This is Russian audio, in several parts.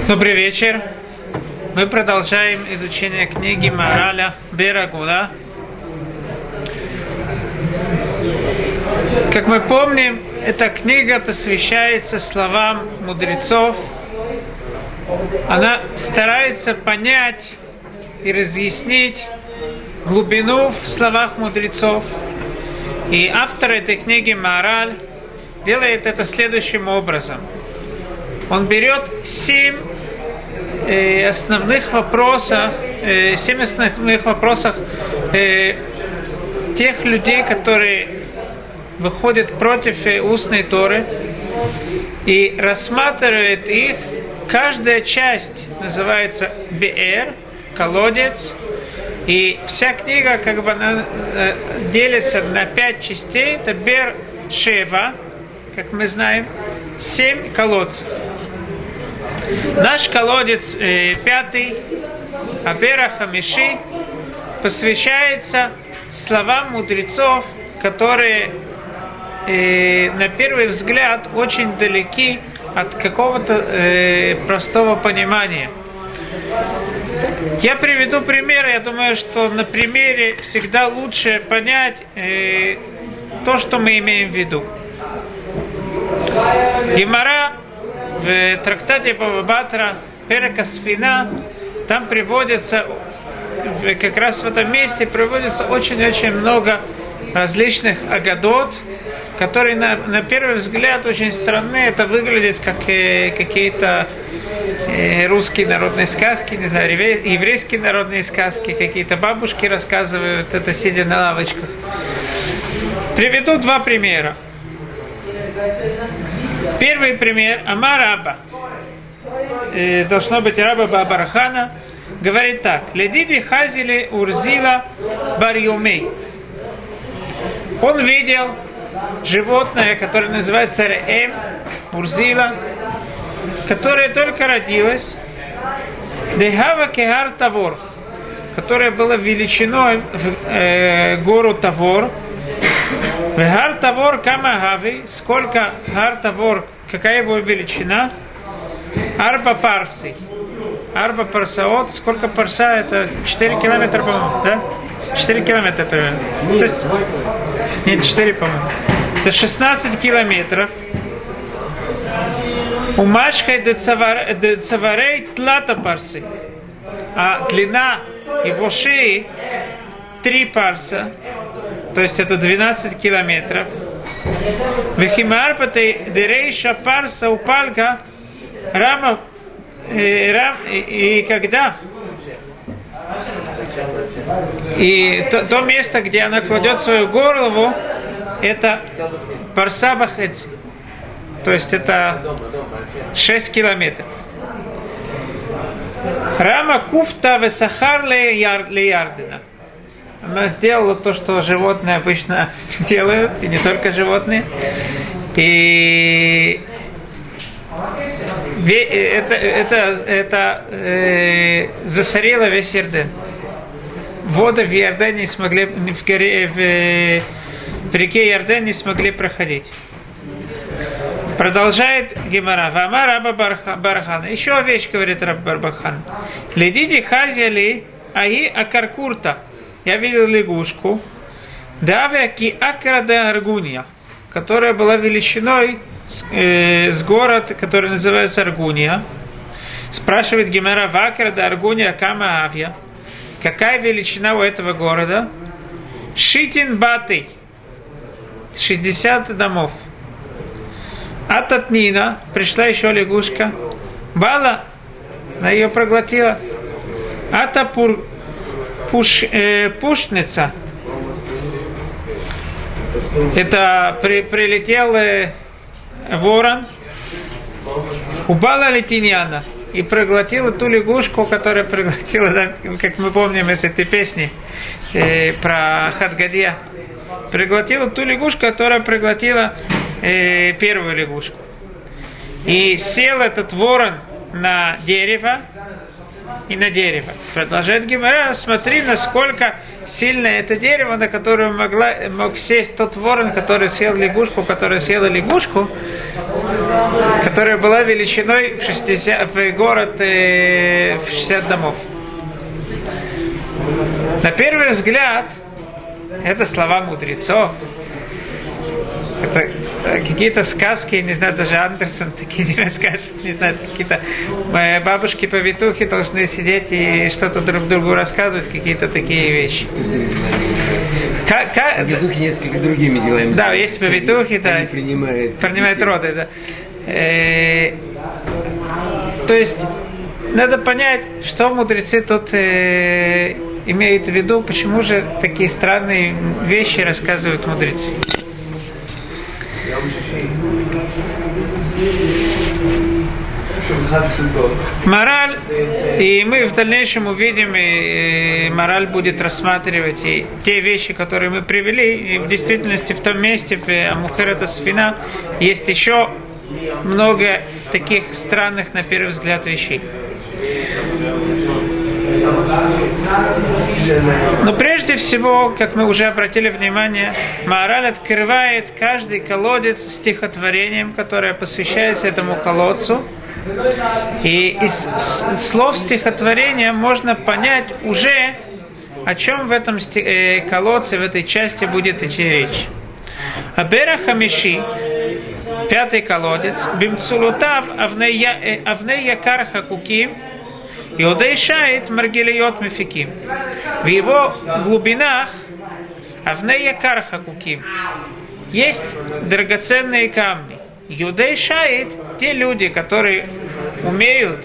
Добрый вечер. Мы продолжаем изучение книги Маораля Бер Агула. Как мы помним, эта книга посвящается словам мудрецов. Она старается понять и разъяснить глубину в словах мудрецов. И автор этой книги Маораль делает это следующим образом. Он берет 7 основных вопросов тех людей, которые выходят против устной Торы, и рассматривает их. Каждая часть называется Беэр, колодец, и вся книга она делится на 5 частей. Это Бер Шева, как мы знаем, 7 колодцев. Наш колодец 5, Абера Хамиши, посвящается словам мудрецов, которые на первый взгляд очень далеки от какого-то простого понимания. Я приведу пример. Я думаю, что на примере всегда лучше понять то, что мы имеем в виду. Гемара в трактате Бава Батра Перек Асфина, там приводится, как раз в этом месте приводится очень-очень много различных агадот, которые на первый взгляд очень странны. Это выглядит как какие-то русские народные сказки, не знаю, еврейские народные сказки, какие-то бабушки рассказывают это, сидя на лавочках. Приведу 2 примера. Первый пример. Амар Раба. Должно быть Раба Бабарахана. Говорит так. Ледиди хазили урзила барьюмей. Он видел животное, которое называется Реэм, урзила, которое только родилось. Дехава кехар Тавор, которое было величиной в гору Тавор. Гар Тавор кама хави, сколько Гар Тавор, какая его величина? Арба парси. Арба парсаот, сколько парса? Это 4 километра, по-моему, да? 4 километра примерно. То есть, нет, 4, по-моему. Это 16 километров. Умашхай де цаварей тлата парси. А длина его шеи 3 парса. То есть это 12 километров. Вехимарпатой дерейша парса упальга рама и когда? И то место, где она кладет свою голову, это парса бахеци. То есть это 6 километров. Рама куфта весахар ле ярдена. Она сделала то, что животные обычно делают, и не только животные. И это засорило весь Ярден. Воды в Ярдене не смогли, в реке Ярден не смогли проходить. Продолжает Гемара. Вама Раба Бархана. Еще вещь, говорит Раб Барбахан. Ледиди хазяли аи акаркурта. Я видел лягушку, давяки акрада Аргуния, которая была величиной с город, который называется Аргуния. Спрашивает Гемара, вакрада Аргуния кама авья. Какая величина у этого города? Шитин батый. 60 домов. Ататнина, пришла еще лягушка. Бала, она ее проглотила. Атапур. Пушница. Это прилетел ворон, убала летиньяна и проглотила ту лягушку, которая проглотила, да, как мы помним из этой песни про Хадгадья, проглотила ту лягушку, которая проглотила первую лягушку. И сел этот ворон на дерево, и на дерево. Продолжает Гемара, смотри, насколько сильное это дерево, на которое мог сесть тот ворон, который съел лягушку, которая съела лягушку. которая была величиной в город в 60 домов. На первый взгляд, это слова мудрецов. Это какие-то сказки, не знаю, даже Андерсон такие не расскажет, не знаю, какие-то бабушки-повитухи должны сидеть и что-то друг другу рассказывать, какие-то такие вещи. Повитухи несколько другими делами. Да, есть повитухи, да, принимают роды, да. То есть, надо понять, что мудрецы тут имеют в виду, почему же такие странные вещи рассказывают мудрецы. Мораль, и мы в дальнейшем увидим, и мораль будет рассматривать и те вещи, которые мы привели, и в действительности в том месте, в Амухерет Асфина, есть еще много таких странных на первый взгляд вещей. Но прежде всего, как мы уже обратили внимание, Маораль открывает каждый колодец стихотворением, которое посвящается этому колодцу. И из слов стихотворения можно понять уже, о чем в этом колодце, в этой части будет идти речь. Абера Хамиши, пятый колодец, Бимцулутав Авней Якар Хакуким, Иудей Шайт Маргилиот Мефиким. В его глубинах Авней Якар Хакуким есть драгоценные камни. Иудей Шайт, те люди, которые умеют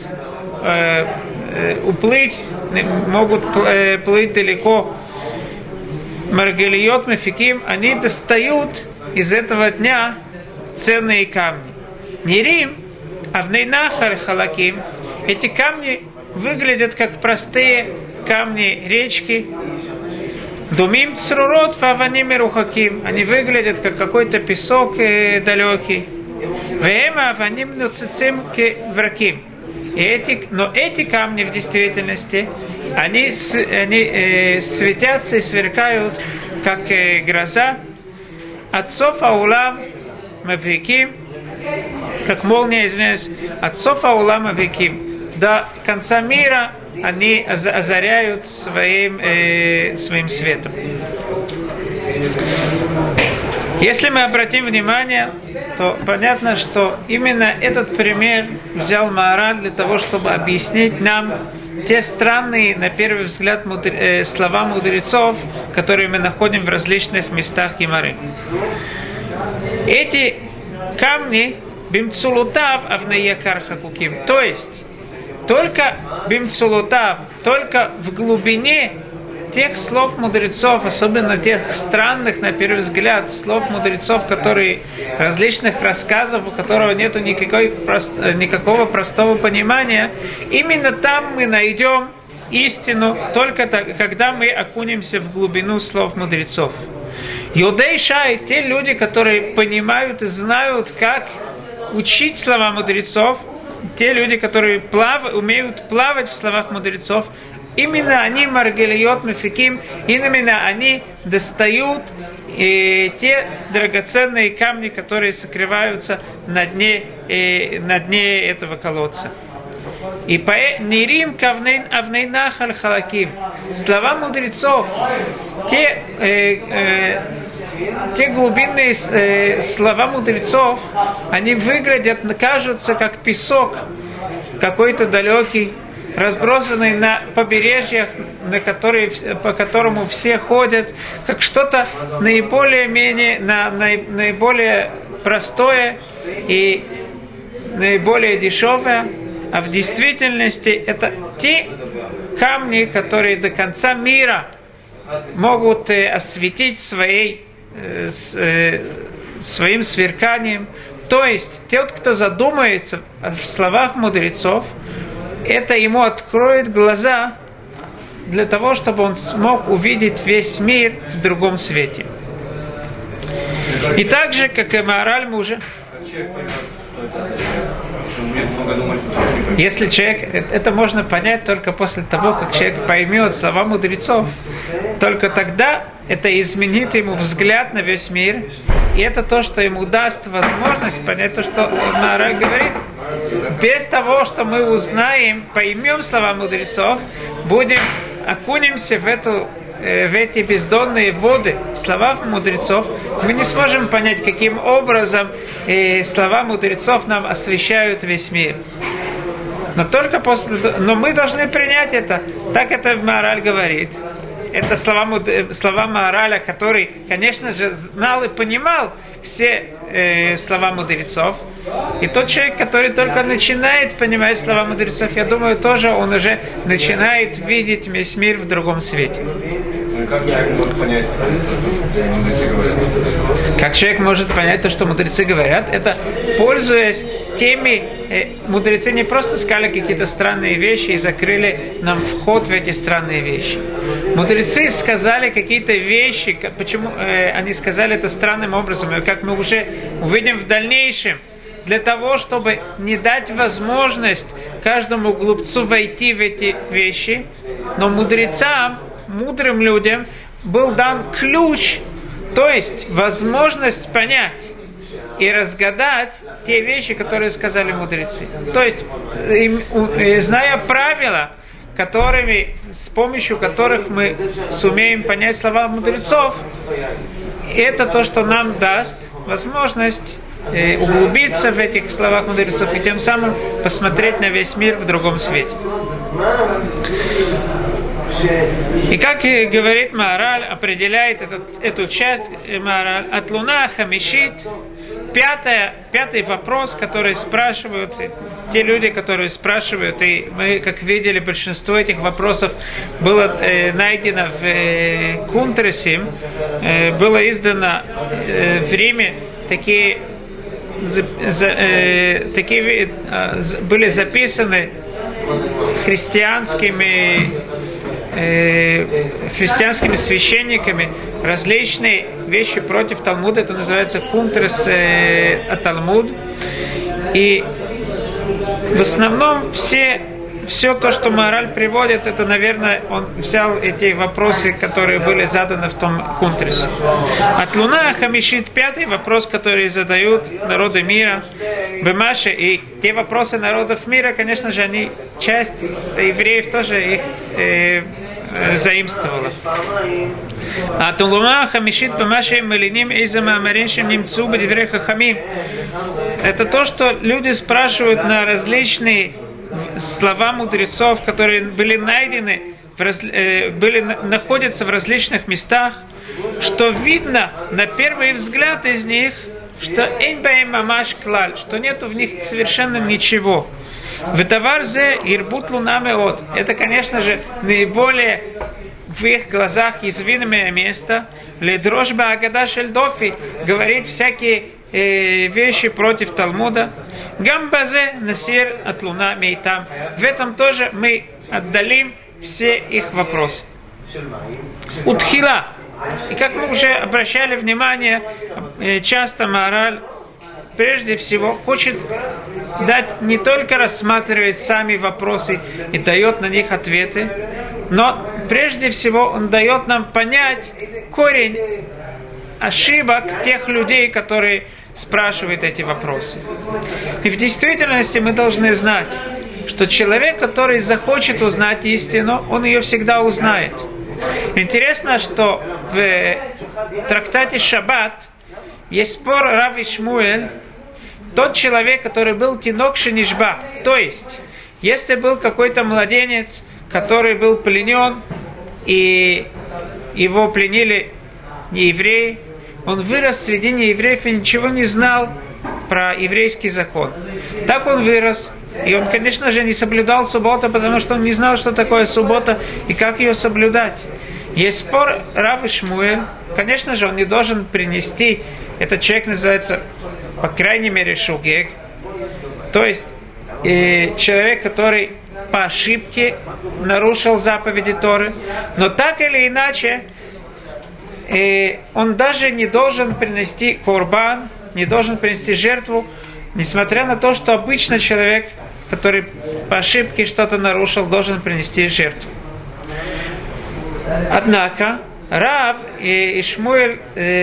уплыть, могут плыть далеко, Маргилиот Мефиким, они достают из этого дня ценные камни. Нерим, Авней Нахар Халаким, эти камни выглядят как простые камни речки. Думим Црурот Фаваним Рухаким, они выглядят как какой-то песок далекий. Вема Аваним Нуцицим Враким. Но эти камни в действительности, они светятся и сверкают, как гроза. Отцов Аулам Мавиким, как молния, извиняюсь, Отцов Аулам Мавиким. До конца мира они озаряют своим светом. Если мы обратим внимание, то понятно, что именно этот пример взял Маораль для того, чтобы объяснить нам те странные, на первый взгляд, слова мудрецов, которые мы находим в различных местах Гемары. Эти камни бимцулутав авнеякар хакуким, то есть только бимцулутав, только в глубине тех слов мудрецов, особенно тех странных, на первый взгляд, слов мудрецов, которые различных рассказов, у которого нету никакого простого понимания, именно там мы найдем истину, только когда мы окунемся в глубину слов мудрецов. Иудей Шай, те люди, которые понимают и знают, как учить слова мудрецов, те люди, которые умеют плавать в словах мудрецов, именно они, Маргилиот Мефиким, именно они достают те драгоценные камни, которые сокрываются на дне этого колодца. И Нерим Кавнейн Авнейнахаль Халаким. Слова мудрецов, те глубинные слова мудрецов, они выглядят, кажутся как песок какой-то далекий, разбросанный на побережьях, по которому все ходят, как что-то наиболее простое и наиболее дешевое, а в действительности это те камни, которые до конца мира могут осветить своим сверканием. То есть, тот, кто задумается в словах мудрецов, это ему откроет глаза для того, чтобы он смог увидеть весь мир в другом свете. И так же, как и Маораль, мы уже... Если человек, это можно понять только после того, как человек поймет слова мудрецов, только тогда это изменит ему взгляд на весь мир, и это то, что ему даст возможность понять то, что Маораль говорит. Без того, что мы узнаем, поймем слова мудрецов, окунемся в эти бездонные воды слова мудрецов, мы не сможем понять, каким образом слова мудрецов нам освещают весь мир. Но мы должны принять это. Так это Маораль говорит. Это слова Маораля, который, конечно же, знал и понимал все слова мудрецов. И тот человек, который только начинает понимать слова мудрецов, я думаю, тоже он уже начинает видеть весь мир в другом свете. Как человек может понять, что мудрецы говорят? Как человек может понять то, что мудрецы говорят? Это пользуясь теми... Мудрецы не просто сказали какие-то странные вещи и закрыли нам вход в эти странные вещи. Мудрецы сказали какие-то вещи, почему они сказали это странным образом, и как мы уже увидим в дальнейшем, для того, чтобы не дать возможность каждому глупцу войти в эти вещи, но мудрецам, мудрым людям был дан ключ, то есть возможность понять и разгадать те вещи, которые сказали мудрецы. То есть, зная правила, с помощью которых мы сумеем понять слова мудрецов, это то, что нам даст возможность углубиться в этих словах мудрецов и тем самым посмотреть на весь мир в другом свете. И как говорит Маораль, определяет эту часть Маораль, от луна хамишит, пятый вопрос, который спрашивают, те люди, которые спрашивают, и мы, как видели, большинство этих вопросов было найдено в Кунтресе, было издано в Риме, такие были записаны христианскими священниками различные вещи против Талмуда. Это называется Кунтрес Талмуд. И в основном все то, что Маораль приводит, это, наверное, он взял эти вопросы, которые были заданы в том Кунтресе. От луна хамишит, пятый вопрос, который задают народы мира, Бемаше, и те вопросы народов мира, конечно же, они часть евреев тоже их заимствовала. От луна хамишит Бемаше малиним изама амариншим немцу бедиврей хахамим. Это то, что люди спрашивают на различные слова мудрецов, которые были найдены, находятся в различных местах, что видно на первый взгляд из них, что эйн мамаш клаль, что нету в них совершенно ничего. Ветаварзе ирбут лунамеот. Это, конечно же, наиболее в их глазах язвимое место. Ледрожба агада шельдофи, говорит всякие вещи против Талмуда. Гамбазе насир от луна мейтам. В этом тоже мы отдалим все их вопросы. Утхила. И как мы уже обращали внимание, часто Маораль прежде всего хочет дать не только рассматривать сами вопросы и дает на них ответы, но прежде всего он дает нам понять корень ошибок тех людей, которые спрашивают эти вопросы. И в действительности мы должны знать, что человек, который захочет узнать истину, он ее всегда узнает. Интересно, что в трактате Шаббат есть спор Рав и Шмуэль, тот человек, который был тинок шенишба, то есть, если был какой-то младенец, который был пленен, и его пленили неевреи, он вырос среди неевреев и ничего не знал про еврейский закон. Так он вырос, и он, конечно же, не соблюдал субботу, потому что он не знал, что такое суббота и как ее соблюдать. Есть спор Рав и Шмуэль. Конечно же, он не должен принести, этот человек называется, по крайней мере, шугег, то есть человек, который по ошибке нарушил заповеди Торы, но так или иначе, он даже не должен принести корбан, не должен принести жертву, несмотря на то, что обычно человек который по ошибке что-то нарушил, должен принести жертву. Однако Рав и Шмуэль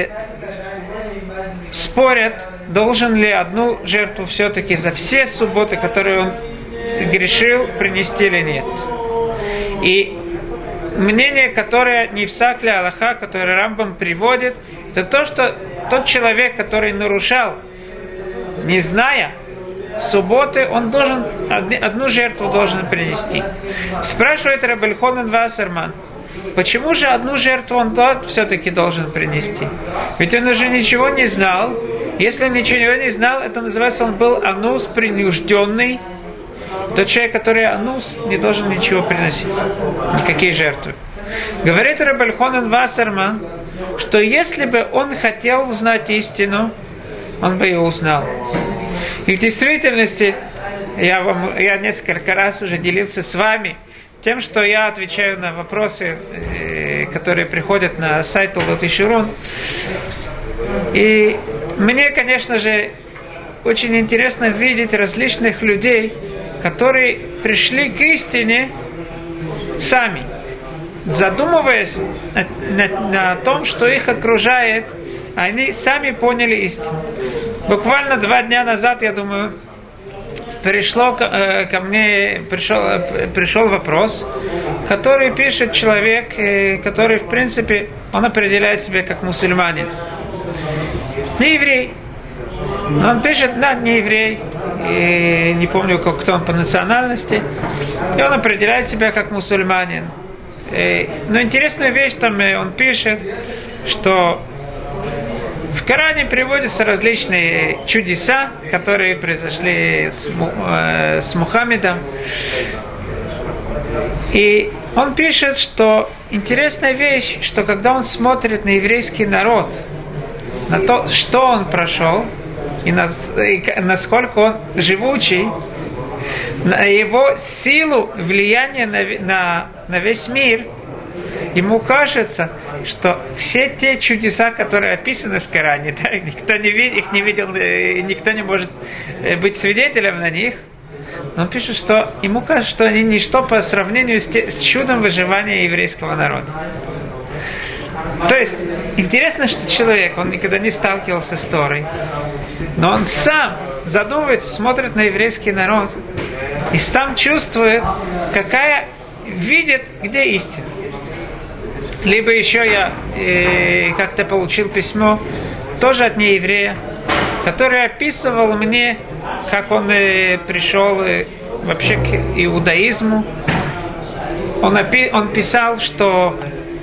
спорят, должен ли одну жертву все-таки за все субботы, которые он грешил, принести или нет. И мнение, которое Нефсак ля Аллаха, которое Рамбам приводит, это то, что тот человек, который нарушал, не зная субботы, он должен одну жертву должен принести. Спрашивает Рабби Эльхонан Вассерман, почему же одну жертву он тот все-таки должен принести? Ведь он уже ничего не знал. Если он ничего не знал, это называется, он был анус принужденный. Тот человек, который анус, не должен ничего приносить, никакие жертвы. Говорит Рабби Эльхонан Вассерман, что если бы он хотел узнать истину, он бы ее узнал. И в действительности, я несколько раз уже делился с вами тем, что я отвечаю на вопросы, которые приходят на сайт Толдот Ишурун. И мне, конечно же, очень интересно видеть различных людей, которые пришли к истине сами, задумываясь на том, что их окружает, они сами поняли истину. Буквально 2 дня назад, я думаю, ко мне пришел вопрос, который пишет человек, который, в принципе, он определяет себя как мусульманин. Не еврей. Он пишет, да, не еврей, и не помню, кто он по национальности, и он определяет себя как мусульманин. Но интересная вещь, там он пишет, что в Коране приводятся различные чудеса, которые произошли с Мухаммедом. И он пишет, что интересная вещь, что когда он смотрит на еврейский народ, на то, что он прошел, и насколько он живучий, на его силу влияния на весь мир, ему кажется, что все те чудеса, которые описаны в Коране, да, никто их не видел, никто не может быть свидетелем на них, но он пишет, что ему кажется, что они ничто по сравнению с чудом выживания еврейского народа. То есть, интересно, что человек, он никогда не сталкивался с Торой, но он сам задумывается, смотрит на еврейский народ, и сам чувствует, видит, где истина. Либо еще я как-то получил письмо, тоже от нееврея, который описывал мне, как он пришел вообще к иудаизму. Он писал, что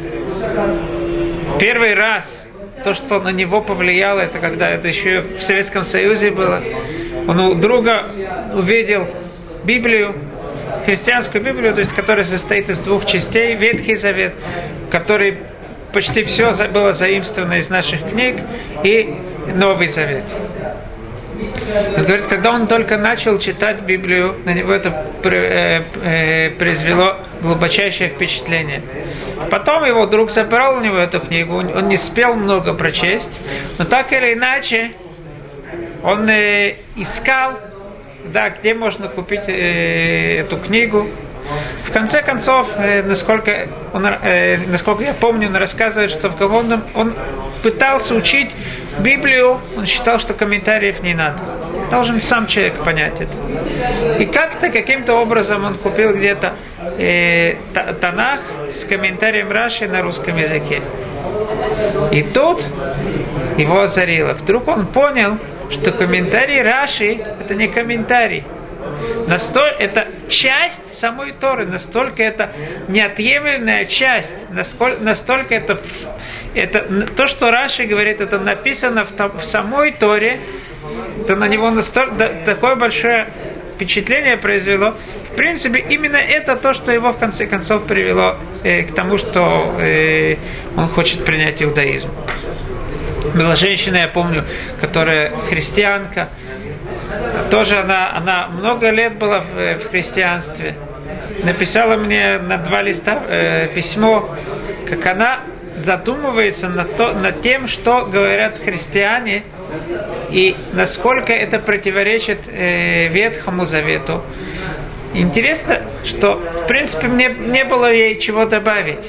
первый раз то, что на него повлияло, это когда это еще в Советском Союзе было. Он у друга увидел Библию, христианскую Библию, то есть, которая состоит из 2 частей, Ветхий Завет, который почти все было заимствовано из наших книг, и Новый Завет. Он говорит, когда он только начал читать Библию, на него это произвело глубочайшее впечатление. Потом его друг забрал у него эту книгу, он не успел много прочесть, но так или иначе он искал, да, где можно купить эту книгу. В конце концов, насколько я помню, он рассказывает, что в Гавонном он пытался учить Библию, он считал, что комментариев не надо. Должен сам человек понять это. И каким-то образом он купил где-то Танах с комментарием Раши на русском языке. И тут его озарило. Вдруг он понял, что комментарий Раши это не комментарий. Это часть самой Торы, настолько это неотъемлемая часть, настолько это то, что Раши говорит, это написано в самой Торе, это на него такое большое впечатление произвело. В принципе, именно это то, что его в конце концов привело к тому, что он хочет принять иудаизм. Была женщина, я помню, которая христианка, тоже она много лет была в христианстве. Написала мне на 2 листа письмо, как она задумывается над тем, что говорят христиане и насколько это противоречит Ветхому Завету. Интересно, что, в принципе, мне не было ей чего добавить.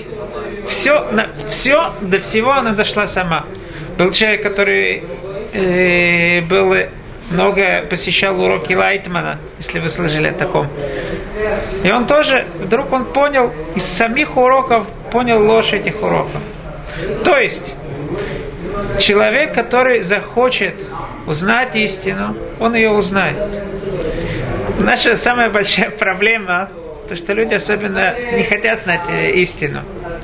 До всего она дошла сама. Был человек, который много посещал уроки Лайтмана, если вы слышали о таком. И он тоже, вдруг он понял, из самих уроков, понял ложь этих уроков. То есть, человек, который захочет узнать истину, он ее узнает. Наша самая большая проблема, то что люди особенно не хотят знать истину.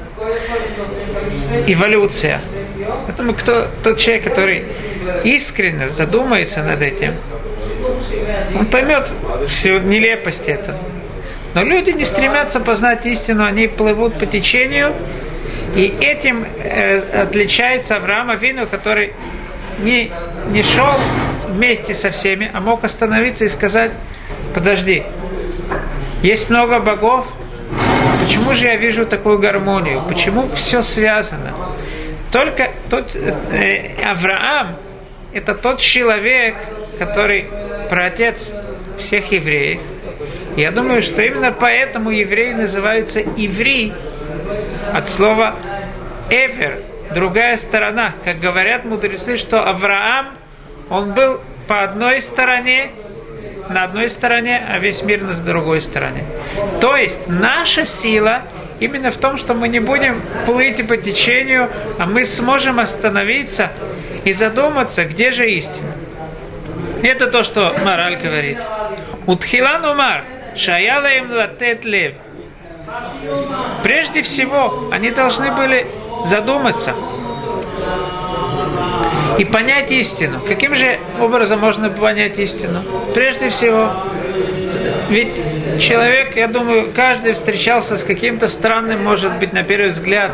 Эволюция. Поэтому тот человек, который искренне задумается над этим, он поймет всю нелепость этого. Но люди не стремятся познать истину, они плывут по течению, и этим отличается Авраам Авину, который не шел вместе со всеми, а мог остановиться и сказать: подожди, есть много богов, почему же я вижу такую гармонию? Почему все связано? Только Авраам – это тот человек, который праотец всех евреев. Я думаю, что именно поэтому евреи называются иври, от слова «эвер», другая сторона. Как говорят мудрецы, что Авраам, он был по одной стороне, на одной стороне, а весь мир на другой стороне. То есть наша сила именно в том, что мы не будем плыть по течению, а мы сможем остановиться и задуматься, где же истина. Это то, что Мараль говорит. Утхилан умар, шаяла им латет лев. Прежде всего, они должны были задуматься и понять истину. Каким же образом можно понять истину? Прежде всего, ведь человек, я думаю, каждый встречался с каким-то странным, может быть, на первый взгляд,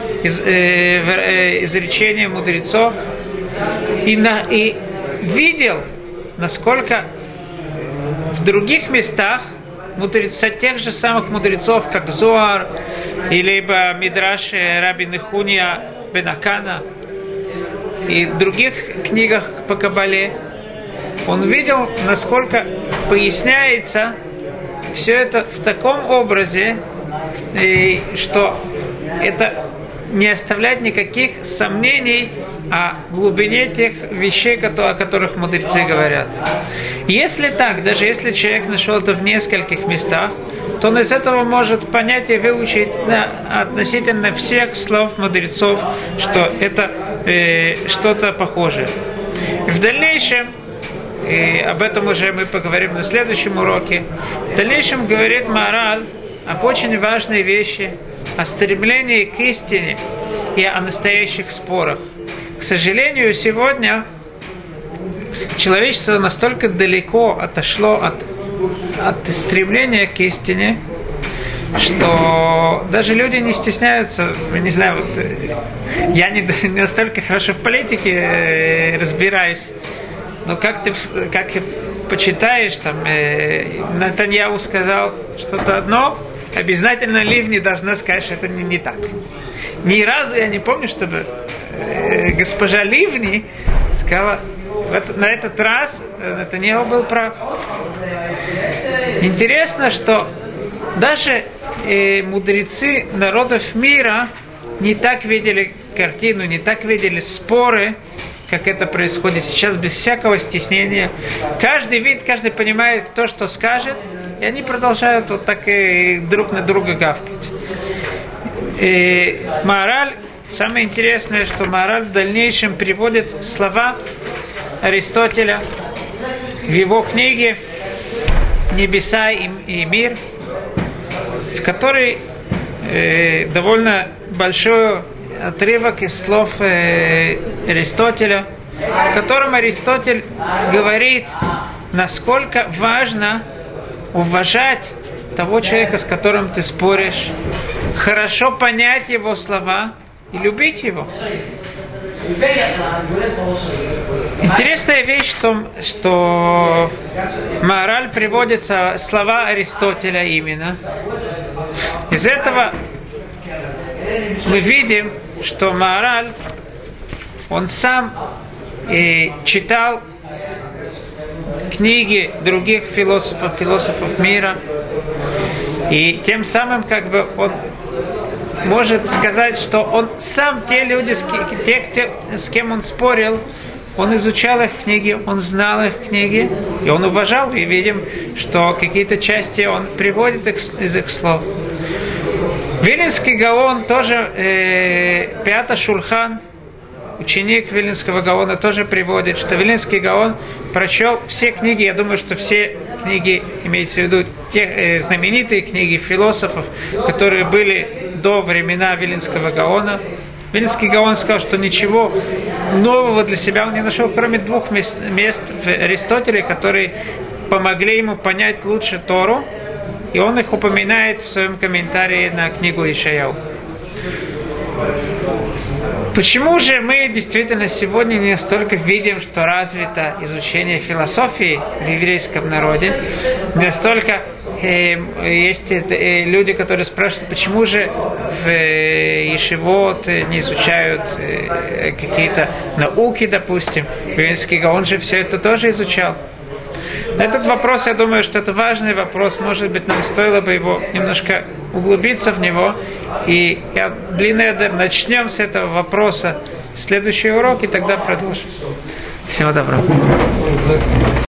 изречением мудрецов, и видел, насколько в других местах мудреца, тех же самых мудрецов, как Зоар, или Мидраш Раби Нехунья бен Акана, и в других книгах по Кабале, он видел, насколько поясняется все это в таком образе, что это не оставляет никаких сомнений о глубине тех вещей, о которых мудрецы говорят. Если так, даже если человек нашел это в нескольких местах, то он из этого может понять и выучить относительно всех слов мудрецов, что это что-то похожее. И в дальнейшем, и об этом уже мы поговорим на следующем уроке, в дальнейшем говорит Маораль об очень важной вещи, о стремлении к истине и о настоящих спорах. К сожалению, сегодня человечество настолько далеко отошло от стремления к истине, что даже люди не стесняются, не знаю, я не настолько хорошо в политике разбираюсь, но как почитаешь, там, Нетаньяху сказал что-то одно, обязательно Ливни должна сказать, что это не так. Ни разу я не помню, чтобы госпожа Ливни сказала, на этот раз Нетаньяху был прав. Интересно, что даже мудрецы народов мира не так видели картину, не так видели споры, как это происходит сейчас, без всякого стеснения. Каждый понимает то, что скажет, и они продолжают вот так и друг на друга гавкать. И Маораль, самое интересное, что Маораль в дальнейшем приводит слова Аристотеля в его книге «Небеса и мир», в которой довольно большой отрывок из слов Аристотеля, в котором Аристотель говорит, насколько важно уважать того человека, с которым ты споришь, хорошо понять его слова и любить его. Интересная вещь в том, что Маораль приводит слова Аристотеля именно. Из этого мы видим, что Маораль, он сам читал книги других философов мира, и тем самым как бы он может сказать, что он сам, те люди, с кем он спорил, он изучал их книги, он знал их книги, и он уважал, и видим, что какие-то части он приводит из их слов. Вилинский Гаон тоже, Пятый Шульхан, ученик Вилинского Гаона, тоже приводит, что Вилинский Гаон прочел все книги, я думаю, что все книги, имеется в виду те знаменитые книги философов, которые были до времена Вилинского Гаона. Вилинский Гаон сказал, что ничего нового для себя он не нашел, кроме 2 мест в Аристотеле, которые помогли ему понять лучше Тору, и он их упоминает в своем комментарии на книгу Ишаяу. Почему же мы действительно сегодня не настолько видим, что развито изучение философии в еврейском народе? Не настолько есть люди, которые спрашивают, почему же в ешивот не изучают какие-то науки, допустим. Вилинский Гаон же все это тоже изучал. На этот вопрос, я думаю, что это важный вопрос. Может быть, нам стоило бы его немножко углубиться в него. И я начнем с этого вопроса следующий урок, и тогда продолжим. Всего доброго.